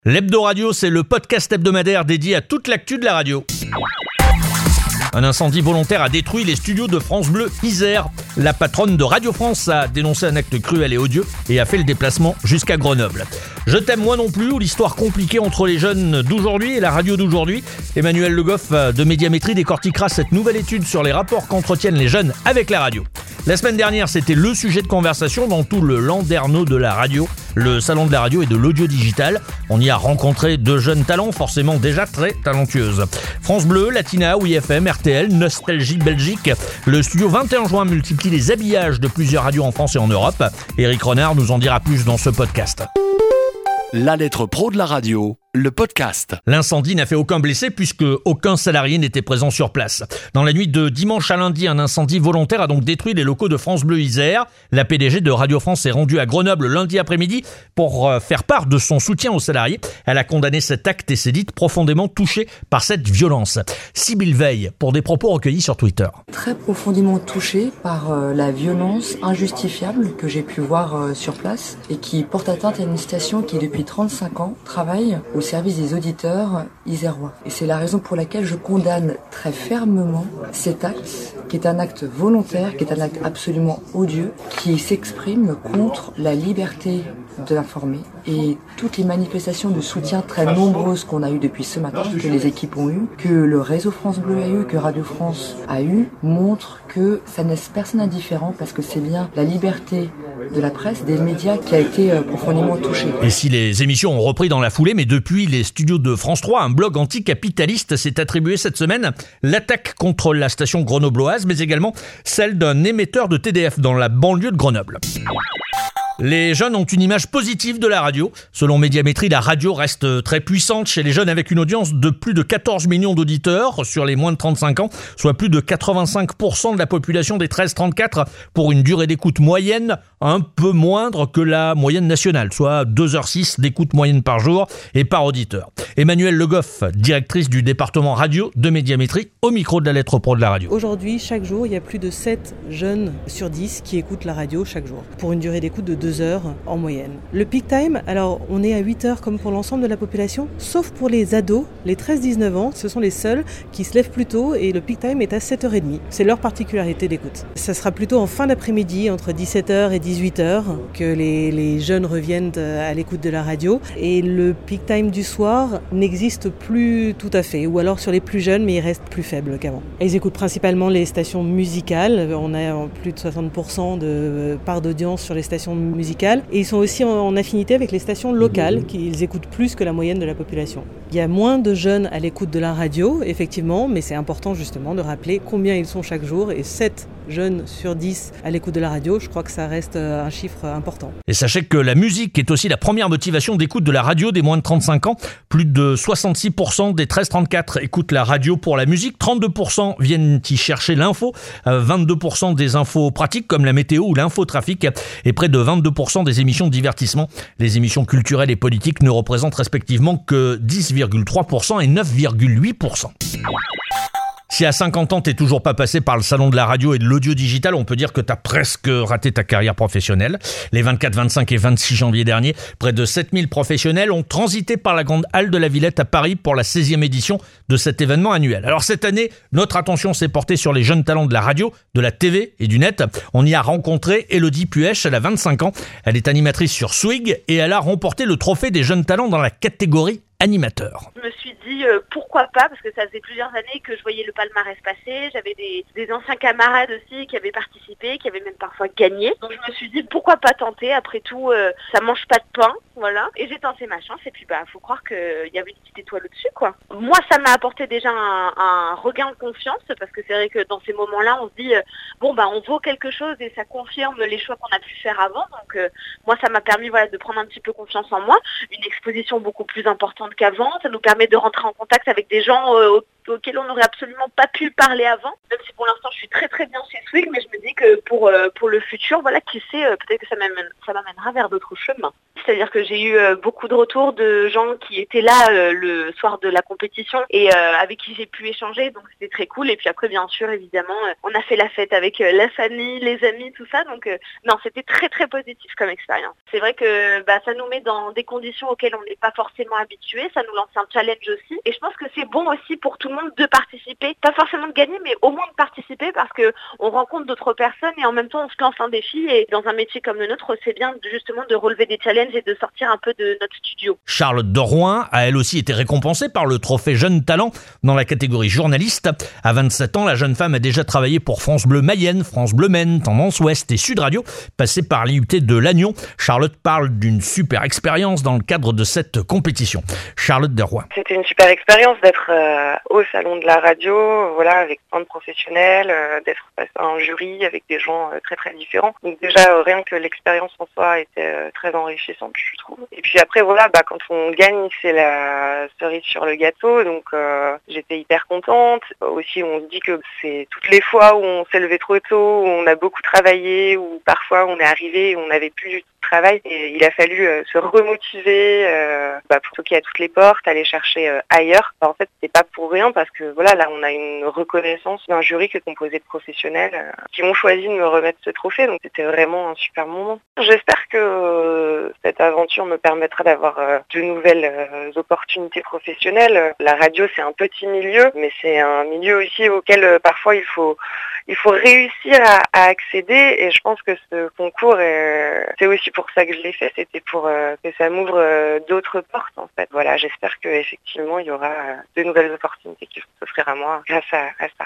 L'Hebdo Radio, c'est le podcast hebdomadaire dédié à toute l'actu de la radio. Un incendie volontaire a détruit les studios de France Bleu Isère. La patronne de Radio France a dénoncé un acte cruel et odieux et a fait le déplacement jusqu'à Grenoble. Je t'aime moi non plus, ou l'histoire compliquée entre les jeunes d'aujourd'hui et la radio d'aujourd'hui. Emmanuel Le Goff de Médiamétrie décortiquera cette nouvelle étude sur les rapports qu'entretiennent les jeunes avec la radio. La semaine dernière, c'était le sujet de conversation dans tout le landerneau de la radio, le salon de la radio et de l'audio digital. On y a rencontré de jeunes talents, forcément déjà très talentueuses. France Bleu, Latina, WeFM, RTL, Nostalgie Belgique. Le studio 21 juin multiplie les habillages de plusieurs radios en France et en Europe. Éric Renard nous en dira plus dans ce podcast. La lettre pro de la radio, le podcast. L'incendie n'a fait aucun blessé puisque aucun salarié n'était présent sur place. Dans la nuit de dimanche à lundi, un incendie volontaire a donc détruit les locaux de France Bleu Isère. La PDG de Radio France est rendue à Grenoble lundi après-midi pour faire part de son soutien aux salariés. Elle a condamné cet acte et s'est dite profondément touchée par cette violence. Sybille Veil, pour des propos recueillis sur Twitter. Très profondément touchée par la violence injustifiable que j'ai pu voir sur place et qui porte atteinte à une station qui depuis 35 ans travaille au service des auditeurs isérois. Et c'est la raison pour laquelle je condamne très fermement cet acte, qui est un acte volontaire, qui est un acte absolument odieux, qui s'exprime contre la liberté de l'informer. Et toutes les manifestations de soutien très nombreuses qu'on a eues depuis ce matin, que les équipes ont eues, que le réseau France Bleu a eu, que Radio France a eu, montrent que ça ne laisse personne indifférent parce que c'est bien la liberté de la presse, des médias qui a été profondément touchée. Et si les émissions ont repris dans la foulée, mais depuis les studios de France 3, un blog anticapitaliste s'est attribué cette semaine l'attaque contre la station grenobloise, mais également celle d'un émetteur de TDF dans la banlieue de Grenoble. Les jeunes ont une image positive de la radio. Selon Médiamétrie, la radio reste très puissante chez les jeunes avec une audience de plus de 14 millions d'auditeurs sur les moins de 35 ans, soit plus de 85% de la population des 13-34 pour une durée d'écoute moyenne un peu moindre que la moyenne nationale, soit 2h06 d'écoute moyenne par jour et par auditeur. Emmanuel Le Goff, directrice du département radio de Médiamétrie, au micro de la lettre pro de la radio. Aujourd'hui, chaque jour, il y a plus de 7 jeunes sur 10 qui écoutent la radio chaque jour, pour une durée d'écoute de 2 heures en moyenne. Le peak time, alors on est à 8 heures comme pour l'ensemble de la population, sauf pour les ados, les 13-19 ans, ce sont les seuls qui se lèvent plus tôt et le peak time est à 7h30. C'est leur particularité d'écoute. Ça sera plutôt en fin d'après-midi, entre 17h et 18h, que les jeunes reviennent à l'écoute de la radio. Et le peak time du soir n'existe plus tout à fait, ou alors sur les plus jeunes, mais il reste plus faible qu'avant. Et ils écoutent principalement les stations musicales. On a plus de 60% de part d'audience sur les stations musicales. Et ils sont aussi en affinité avec les stations locales, qu'ils écoutent plus que la moyenne de la population. Il y a moins de jeunes à l'écoute de la radio, effectivement, mais c'est important justement de rappeler combien ils sont chaque jour. Et 7 jeunes sur 10 à l'écoute de la radio, je crois que ça reste un chiffre important. Et sachez que la musique est aussi la première motivation d'écoute de la radio des moins de 35 ans. Plus de 66% des 13-34 écoutent la radio pour la musique, 32% viennent y chercher l'info, 22% des infos pratiques comme la météo ou l'infotrafic et près de 22% des émissions de divertissement. Les émissions culturelles et politiques ne représentent respectivement que 10,3% et 9,8%. Si à 50 ans, t'es toujours pas passé par le salon de la radio et de l'audio digital, on peut dire que t'as presque raté ta carrière professionnelle. Les 24, 25 et 26 janvier dernier, près de 7000 professionnels ont transité par la Grande Halle de la Villette à Paris pour la 16e édition de cet événement annuel. Alors cette année, notre attention s'est portée sur les jeunes talents de la radio, de la TV et du net. On y a rencontré Élodie Puech, elle a 25 ans. Elle est animatrice sur Swig et elle a remporté le trophée des jeunes talents dans la catégorie animateur. Je me suis dit pourquoi pas, parce que ça faisait plusieurs années que je voyais le palmarès passer, j'avais des anciens camarades aussi qui avaient participé, qui avaient même parfois gagné, donc je me suis dit pourquoi pas tenter, après tout ça mange pas de pain, voilà, et j'ai tenté ma chance et puis faut croire qu'il y avait une petite étoile au-dessus quoi. Moi ça m'a apporté déjà un regain de confiance, parce que c'est vrai que dans ces moments-là on se dit on vaut quelque chose et ça confirme les choix qu'on a pu faire avant, donc moi ça m'a permis de prendre un petit peu confiance en moi, une exposition beaucoup plus importante qu'avant, ça nous permet de rentrer en contact avec des gens auxquelles on n'aurait absolument pas pu parler avant. Même si pour l'instant je suis très très bien chez Swig, mais je me dis que pour le futur, voilà, qui sait, peut-être que ça m'amènera vers d'autres chemins. C'est-à-dire que j'ai eu beaucoup de retours de gens qui étaient là le soir de la compétition et avec qui j'ai pu échanger, donc c'était très cool. Et puis après, bien sûr, évidemment, on a fait la fête avec la famille, les amis, tout ça. Donc non, c'était très très positif comme expérience. C'est vrai que ça nous met dans des conditions auxquelles on n'est pas forcément habitué, ça nous lance un challenge aussi. Et je pense que c'est bon aussi pour tout le monde de participer, pas forcément de gagner, mais au moins de participer parce que on rencontre d'autres personnes et en même temps on se lance un défi. Et dans un métier comme le nôtre, c'est bien justement de relever des challenges et de sortir un peu de notre studio. Charlotte de Rouen a elle aussi été récompensée par le trophée Jeune Talent dans la catégorie journaliste. À 27 ans, la jeune femme a déjà travaillé pour France Bleu Mayenne, France Bleu Maine, Tendance Ouest et Sud Radio, passée par l'IUT de Lannion. Charlotte parle d'une super expérience dans le cadre de cette compétition. Charlotte de Rouen. C'était une super expérience d'être au salon de la radio, voilà, avec plein de professionnels, d'être passé en jury avec des gens très très différents. Donc déjà rien que l'expérience en soi était très enrichissante, je trouve. Et puis après voilà, quand on gagne, c'est la cerise sur le gâteau, donc j'étais hyper contente. Aussi on se dit que c'est toutes les fois où on s'est levé trop tôt, où on a beaucoup travaillé, où parfois on est arrivé et on n'avait plus du tout de travail. Et il a fallu se remotiver, pour toquer à toutes les portes, aller chercher ailleurs. En fait, c'est pas pour rien parce que voilà, là on a une reconnaissance d'un jury qui est composé de professionnels qui ont choisi de me remettre ce trophée, donc c'était vraiment un super moment. J'espère que cette aventure me permettra d'avoir de nouvelles opportunités professionnelles. La radio, c'est un petit milieu, mais c'est un milieu aussi auquel parfois il faut réussir à accéder, et je pense que ce concours, c'est aussi pour ça que je l'ai fait, c'était pour que ça m'ouvre d'autres portes en fait. Voilà, j'espère qu'effectivement il y aura de nouvelles opportunités qui vont s'offrir à moi grâce à ça.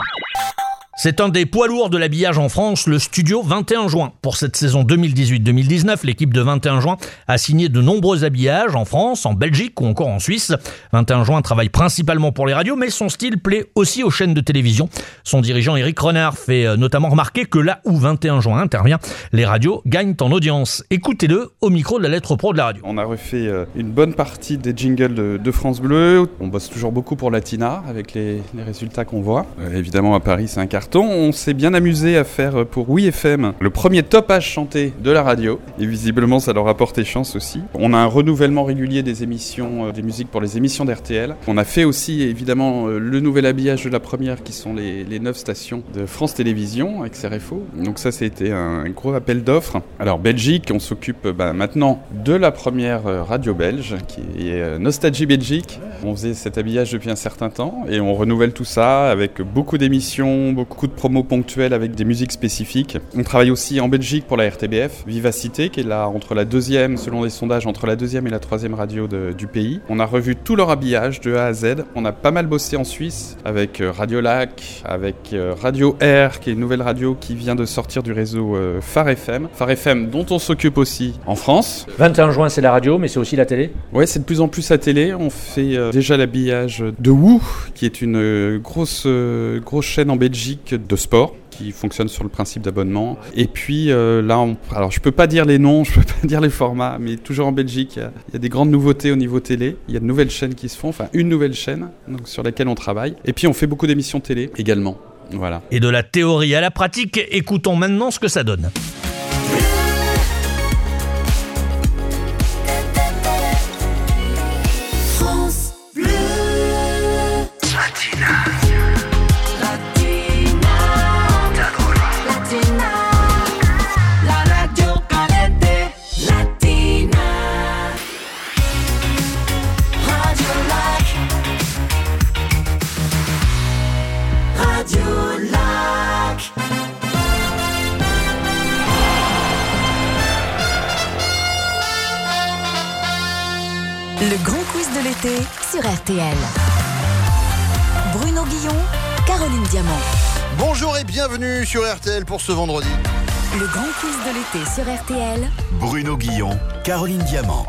C'est un des poids lourds de l'habillage en France, le Studio 21 juin. Pour cette saison 2018-2019, l'équipe de 21 juin a signé de nombreux habillages en France, en Belgique ou encore en Suisse. 21 juin travaille principalement pour les radios, mais son style plaît aussi aux chaînes de télévision. Son dirigeant Eric Renard fait notamment remarquer que là où 21 juin intervient, les radios gagnent en audience. Écoutez-le au micro de la lettre pro de la radio. On a refait une bonne partie des jingles de France Bleu. On bosse toujours beaucoup pour Latina avec les résultats qu'on voit. Évidemment à Paris c'est un carton. On s'est bien amusé à faire pour Oui FM le premier topage chanté de la radio, et visiblement ça leur a porté chance aussi. On a un renouvellement régulier des émissions, des musiques pour les émissions d'RTL. On a fait aussi évidemment le nouvel habillage de la première qui sont les 9 stations de France Télévisions avec CRFO. Donc ça c'était un gros appel d'offres. Alors Belgique, on s'occupe maintenant de la première radio belge qui est Nostalgie Belgique. On faisait cet habillage depuis un certain temps et on renouvelle tout ça avec beaucoup d'émissions, beaucoup de promos ponctuels avec des musiques spécifiques. On travaille aussi en Belgique pour la RTBF, Vivacité, qui est là entre la deuxième, selon les sondages, entre la deuxième et la troisième radio du pays. On a revu tout leur habillage de A à Z. On a pas mal bossé en Suisse avec Radio Lac, avec Radio Air, qui est une nouvelle radio qui vient de sortir du réseau Phare FM. Phare FM dont on s'occupe aussi en France. 21 juin, c'est la radio, mais c'est aussi la télé. Ouais, c'est de plus en plus la télé. On fait déjà l'habillage de Woo, qui est une grosse chaîne en Belgique de sport qui fonctionne sur le principe d'abonnement. Et puis là, alors je peux pas dire les noms, je peux pas dire les formats, mais toujours en Belgique, il y a des grandes nouveautés au niveau télé. Il y a de nouvelles chaînes qui se font, enfin une nouvelle chaîne donc, sur laquelle on travaille. Et puis on fait beaucoup d'émissions télé également. Voilà. Et de la théorie à la pratique, écoutons maintenant ce que ça donne. Le grand quiz de l'été sur RTL. Bruno Guillon, Caroline Diamant. Bonjour et bienvenue sur RTL pour ce vendredi. Le grand quiz de l'été sur RTL. Bruno Guillon, Caroline Diamant.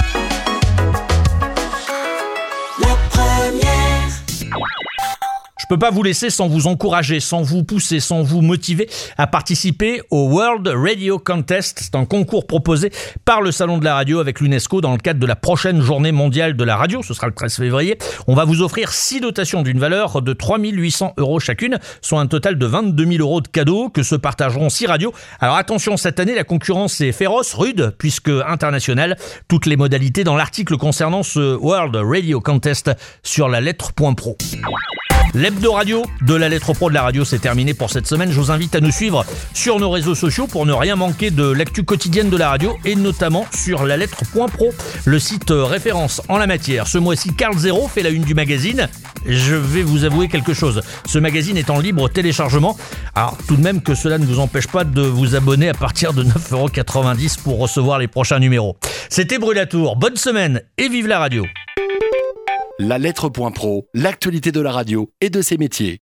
Je peux pas vous laisser sans vous encourager, sans vous pousser, sans vous motiver à participer au World Radio Contest. C'est un concours proposé par le Salon de la Radio avec l'UNESCO dans le cadre de la prochaine journée mondiale de la radio. Ce sera le 13 février. On va vous offrir 6 dotations d'une valeur de 3 800 € chacune, soit un total de 22 000 € de cadeaux que se partageront 6 radios. Alors attention, cette année, la concurrence est féroce, rude, puisque internationale. Toutes les modalités dans l'article concernant ce World Radio Contest sur la lettre.pro. L'hebdo radio de la lettre pro de la radio, c'est terminé pour cette semaine. Je vous invite à nous suivre sur nos réseaux sociaux pour ne rien manquer de l'actu quotidienne de la radio et notamment sur la lettre.pro, le site référence en la matière. Ce mois-ci, Carl Zero fait la une du magazine. Je vais vous avouer quelque chose. Ce magazine est en libre téléchargement. Alors tout de même que cela ne vous empêche pas de vous abonner à partir de 9,90 € pour recevoir les prochains numéros. C'était Brûlatour. Bonne semaine et vive la radio. La lettre.pro, l'actualité de la radio et de ses métiers.